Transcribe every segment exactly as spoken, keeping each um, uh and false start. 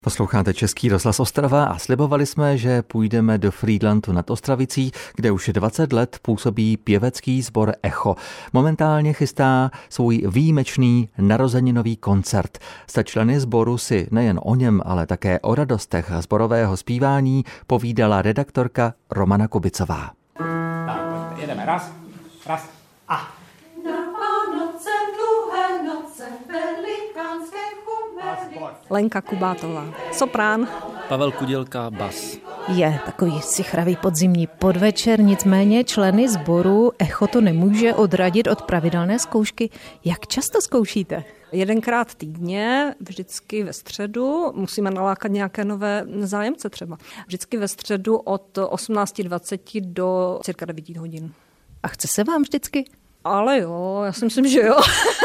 Posloucháte Český rozhlas Ostrava a slibovali jsme, že půjdeme do Frýdlantu nad Ostravicí, kde už dvacet let působí pěvecký sbor Echo. Momentálně chystá svůj výjimečný narozeninový koncert. Se členy sboru si nejen o něm, ale také o radostech sborového zpívání povídala redaktorka Romana Kubicová. Tak, jedeme. Raz, raz a... Lenka Kubátová, soprán. Pavel Kudělka, bas. Je takový sichravý podzimní podvečer, nicméně členy sboru Echo to nemůže odradit od pravidelné zkoušky. Jak často zkoušíte? Jedenkrát týdně, vždycky ve středu, musíme nalákat nějaké nové zájemce třeba. Vždycky ve středu od osmnáct dvacet do cirka devět hodin. A chce se vám vždycky? Ale jo, já si myslím, že jo.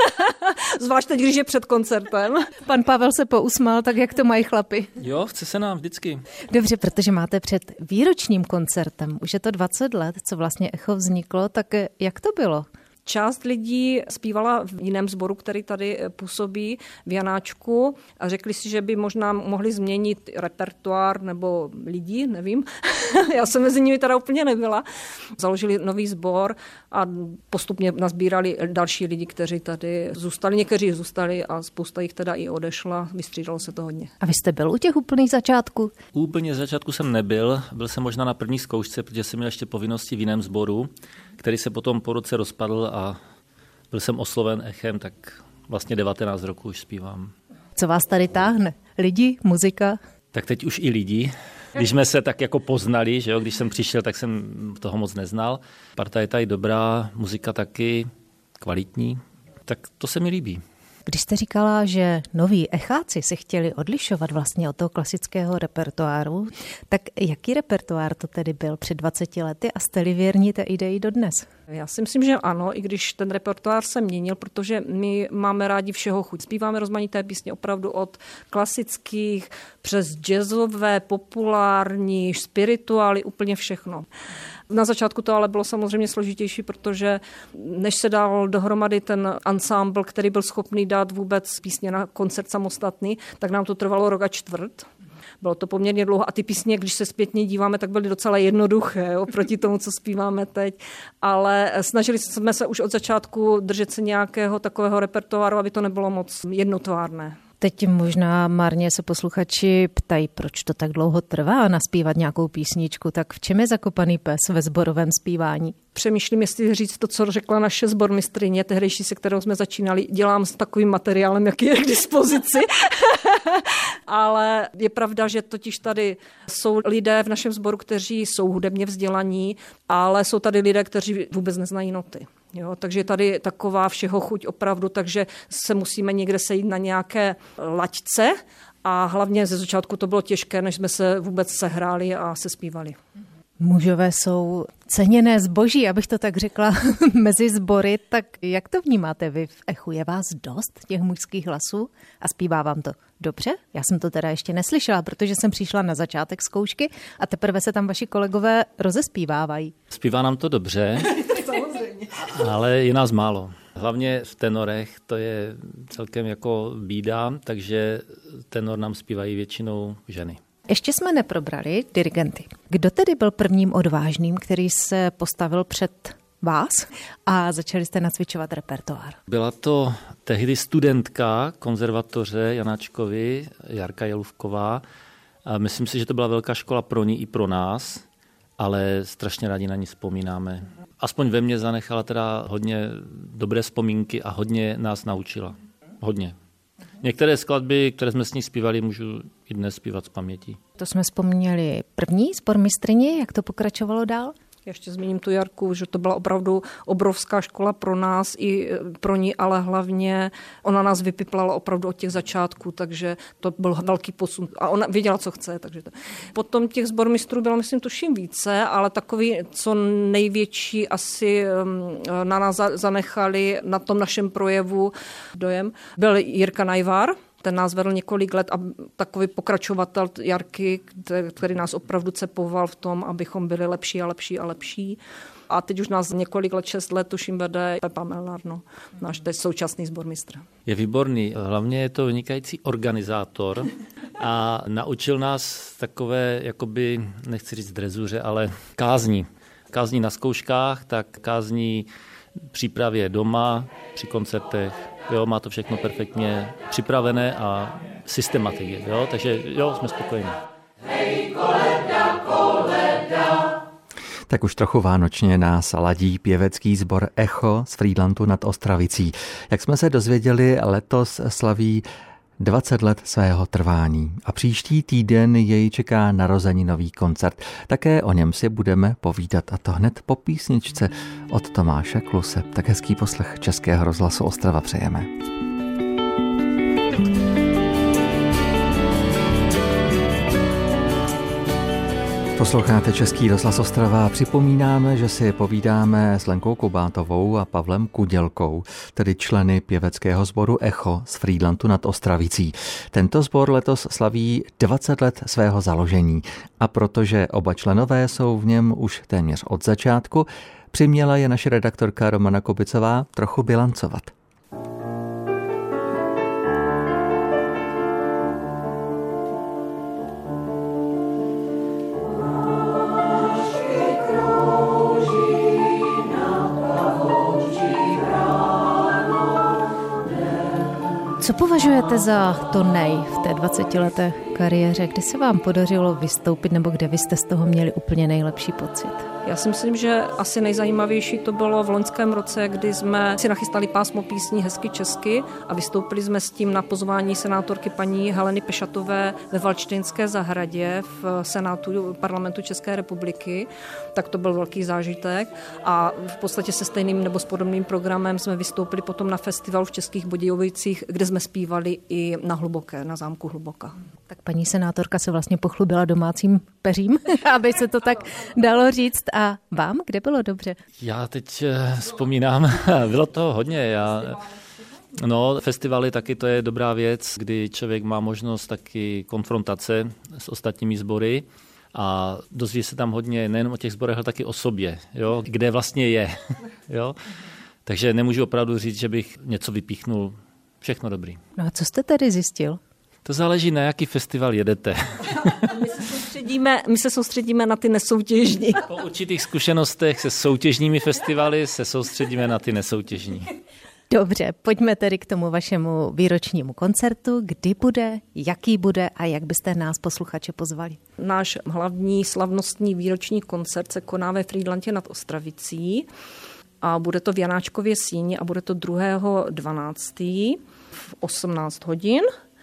Zvlášť teď, když je před koncertem. Pan Pavel se pousmál, tak jak to mají chlapi? Jo, chce se nám vždycky. Dobře, protože máte před výročním koncertem. Už je to dvacet let, co vlastně Echo vzniklo, tak jak to bylo? Část lidí zpívala v jiném sboru, který tady působí v Janáčku a řekli si, že by možná mohli změnit repertoár nebo lidí, nevím. Já jsem mezi nimi teda úplně nebyla. Založili nový sbor a postupně nazbírali další lidi, kteří tady zůstali. Někteří zůstali a spousta jich teda i odešla. Vystřídalo se to hodně. A vy jste byl u těch úplných začátků? Úplně z začátku jsem nebyl. Byl jsem možná na první zkoušce, protože jsem měl ještě povinnosti v jiném sboru, který se potom po roce rozpadl a byl jsem osloven Echem, tak vlastně devatenáct roků už zpívám. Co vás tady táhne? Lidi, muzika? Tak teď už i lidi. Když jsme se tak jako poznali, že jo, když jsem přišel, tak jsem toho moc neznal. Parta je tady dobrá, muzika taky, kvalitní, tak to se mi líbí. Když jste říkala, že noví echáci se chtěli odlišovat vlastně od toho klasického repertoáru, tak jaký repertoár to tedy byl před dvaceti lety a jste-li věrní té ideji dodnes? Já si myslím, že ano, i když ten repertoár se měnil, protože my máme rádi všeho chuť. Zpíváme rozmanité písně opravdu od klasických přes jazzové, populární, spirituály, úplně všechno. Na začátku to ale bylo samozřejmě složitější, protože než se dal dohromady ten ansámbl, který byl schopný dát vůbec písně na koncert samostatný, tak nám to trvalo rok a čtvrt. Bylo to poměrně dlouho a ty písně, když se zpětně díváme, tak byly docela jednoduché oproti tomu, co zpíváme teď. Ale snažili jsme se už od začátku držet se nějakého takového repertoáru, aby to nebylo moc jednotvárné. Teď možná marně se posluchači ptají, proč to tak dlouho trvá naspívat nějakou písničku, tak v čem je zakopaný pes ve sborovém zpívání? Přemýšlím, jestli říct to, co řekla naše sbormistryně, tehdejší, se kterou jsme začínali. Dělám s takovým materiálem, jaký je k dispozici. Ale je pravda, že totiž tady jsou lidé v našem sboru, kteří jsou hudebně vzdělaní, ale jsou tady lidé, kteří vůbec neznají noty. Jo, takže tady taková všeho chuť opravdu, takže se musíme někde sejít na nějaké laťce a hlavně ze začátku to bylo těžké, než jsme se vůbec sehráli a sespívali. Mužové jsou ceněné zboží, abych to tak řekla, mezi sbory, tak jak to vnímáte vy v Echu? Je vás dost těch mužských hlasů a zpívá vám to dobře? Já jsem to teda ještě neslyšela, protože jsem přišla na začátek zkoušky a teprve se tam vaši kolegové rozespívávají. Zpívá nám to dobře, ale je nás málo. Hlavně v tenorech to je celkem jako bída, takže tenor nám zpívají většinou ženy. Ještě jsme neprobrali dirigenty. Kdo tedy byl prvním odvážným, který se postavil před vás a začali jste nacvičovat repertoár? Byla to tehdy studentka konzervatoře Janáčkovi, Jarka Jelůvková. A myslím si, že to byla velká škola pro ní i pro nás, ale strašně rádi na ní vzpomínáme. Aspoň ve mně zanechala teda hodně dobré vzpomínky a hodně nás naučila. Hodně. Některé skladby, které jsme s ní zpívali, můžu i dnes zpívat z paměti. To jsme vzpomněli první sbormistryni, jak to pokračovalo dál? Ještě zmíním tu Jarku, že to byla opravdu obrovská škola pro nás i pro ní, ale hlavně ona nás vypiplala opravdu od těch začátků, takže to byl velký posun. A ona věděla, co chce. Takže to. Potom těch sbormistrů bylo, myslím, tuším více, ale takový, co největší asi na nás zanechali na tom našem projevu dojem, byl Jirka Najvar. Ten nás vedl několik let a takový pokračovatel Jarky, který nás opravdu cepoval v tom, abychom byli lepší a lepší a lepší. A teď už nás několik let, šest let, tuším, vede Pepa Melnar, no, náš teď současný sbormistr. Je výborný, hlavně je to vynikající organizátor a naučil nás takové, jakoby, nechci říct drezuře, ale kázní. Kázní na zkouškách, tak kázní přípravě doma, při koncertech. Jo, má to všechno perfektně připravené a systematicky. Jo, takže jo, jsme spokojení. Hej, koleda, koleda. Tak už trochu vánočně nás ladí pěvecký sbor Echo z Frýdlantu nad Ostravicí. Jak jsme se dozvěděli, letos slaví dvacet let svého trvání a příští týden jej čeká narozeninový koncert. Také o něm si budeme povídat a to hned po písničce od Tomáše Kluse. Tak hezký poslech Českého rozhlasu Ostrava přejeme. Posloucháte Český rozhlas Ostrava a připomínáme, že si povídáme s Lenkou Kubátovou a Pavlem Kudělkou, tedy členy pěveckého sboru Echo z Frýdlantu nad Ostravicí. Tento sbor letos slaví dvacet let svého založení a protože oba členové jsou v něm už téměř od začátku, přiměla je naše redaktorka Romana Kubicová trochu bilancovat. Co považujete za to nej v té dvacetileté kariéře? Kdy se vám podařilo vystoupit nebo kde vy jste z toho měli úplně nejlepší pocit? Já si myslím, že asi nejzajímavější to bylo v loňském roce, kdy jsme si nachystali pásmo písní Hezky česky a vystoupili jsme s tím na pozvání senátorky paní Heleny Pešatové ve Valdštejnské zahradě v Senátu Parlamentu České republiky. Tak to byl velký zážitek a v podstatě se stejným nebo s podobným programem jsme vystoupili potom na festivalu v Českých Budějovicích, kde jsme zpívali i na Hluboké, na zámku Hluboká. Tak paní senátorka se vlastně pochlubila domácím peřím, aby se to tak dalo říct. A vám, kde bylo dobře? Já teď vzpomínám, bylo toho hodně. Já, no, festivaly taky to je dobrá věc, kdy člověk má možnost taky konfrontace s ostatními sbory a dozví se tam hodně nejen o těch sborech, ale taky o sobě, jo, kde vlastně je. Jo. Takže nemůžu opravdu říct, že bych něco vypíchnul. Všechno dobrý. No a co jste tedy zjistil? To záleží, na jaký festival jedete. My se soustředíme, my se soustředíme na ty nesoutěžní. Po určitých zkušenostech se soutěžními festivaly se soustředíme na ty nesoutěžní. Dobře, pojďme tedy k tomu vašemu výročnímu koncertu. Kdy bude, jaký bude a jak byste nás posluchače pozvali? Náš hlavní slavnostní výroční koncert se koná ve Frýdlantě nad Ostravicí a bude to v Janáčkově síni a bude to druhého dvanáctého v osmnáct hodin.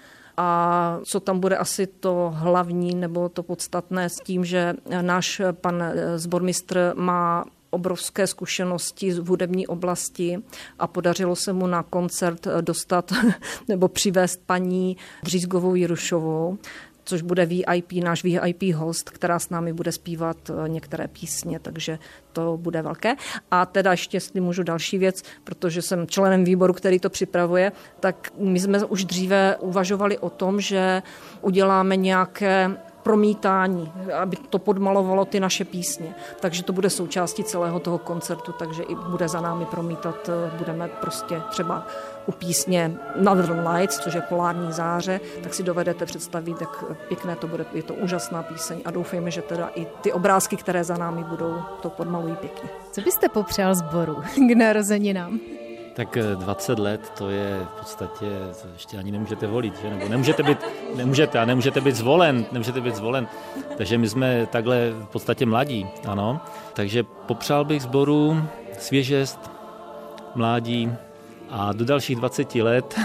A co tam bude asi to hlavní nebo to podstatné s tím, že náš pan sbormistr má obrovské zkušenosti v hudební oblasti a podařilo se mu na koncert dostat nebo přivést paní Břízgovou Jirušovou, což bude V I P, náš V I P host, která s námi bude zpívat některé písně, takže to bude velké. A teda ještě, jestli můžu další věc, protože jsem členem výboru, který to připravuje, tak my jsme už dříve uvažovali o tom, že uděláme nějaké promítání, aby to podmalovalo ty naše písně. Takže to bude součástí celého toho koncertu, takže i bude za námi promítat, budeme prostě třeba u písně Northern Lights, což je polární záře, tak si dovedete představit, jak pěkné to bude. Je to úžasná píseň a doufejme, že teda i ty obrázky, které za námi budou, to podmalují pěkně. Co byste popřál sboru k narozeninám? Tak dvacet let, to je v podstatě, to ještě ani nemůžete volit, že? Nebo nemůžete být, nemůžete a nemůžete být zvolen, nemůžete být zvolen. Takže my jsme takhle v podstatě mladí, ano. Takže popřál bych sboru svěžest, mládí a do dalších dvaceti let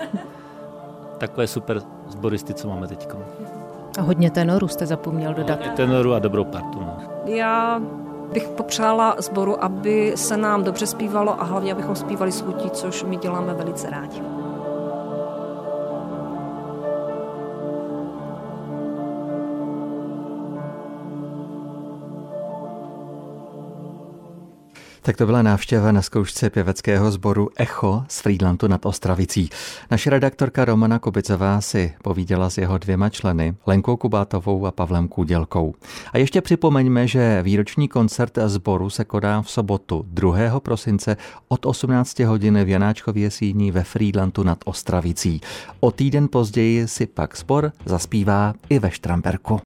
takové super sboristy, co máme teď. A hodně tenoru jste zapomněl dodat. Hodně tenoru a dobrou partu. No. Já bych popřála sboru, aby se nám dobře zpívalo a hlavně, abychom zpívali s chutí, což my děláme velice rádi. Tak to byla návštěva na zkoušce pěveckého sboru Echo z Frýdlantu nad Ostravicí. Naše redaktorka Romana Kubicová si povídala s jeho dvěma členy, Lenkou Kubátovou a Pavlem Kůdělkou. A ještě připomeňme, že výroční koncert sboru se koná v sobotu druhého prosince od osmnácti hodin v Janáčkově síni ve Frýdlantu nad Ostravicí. O týden později si pak sbor zaspívá i ve Štramberku.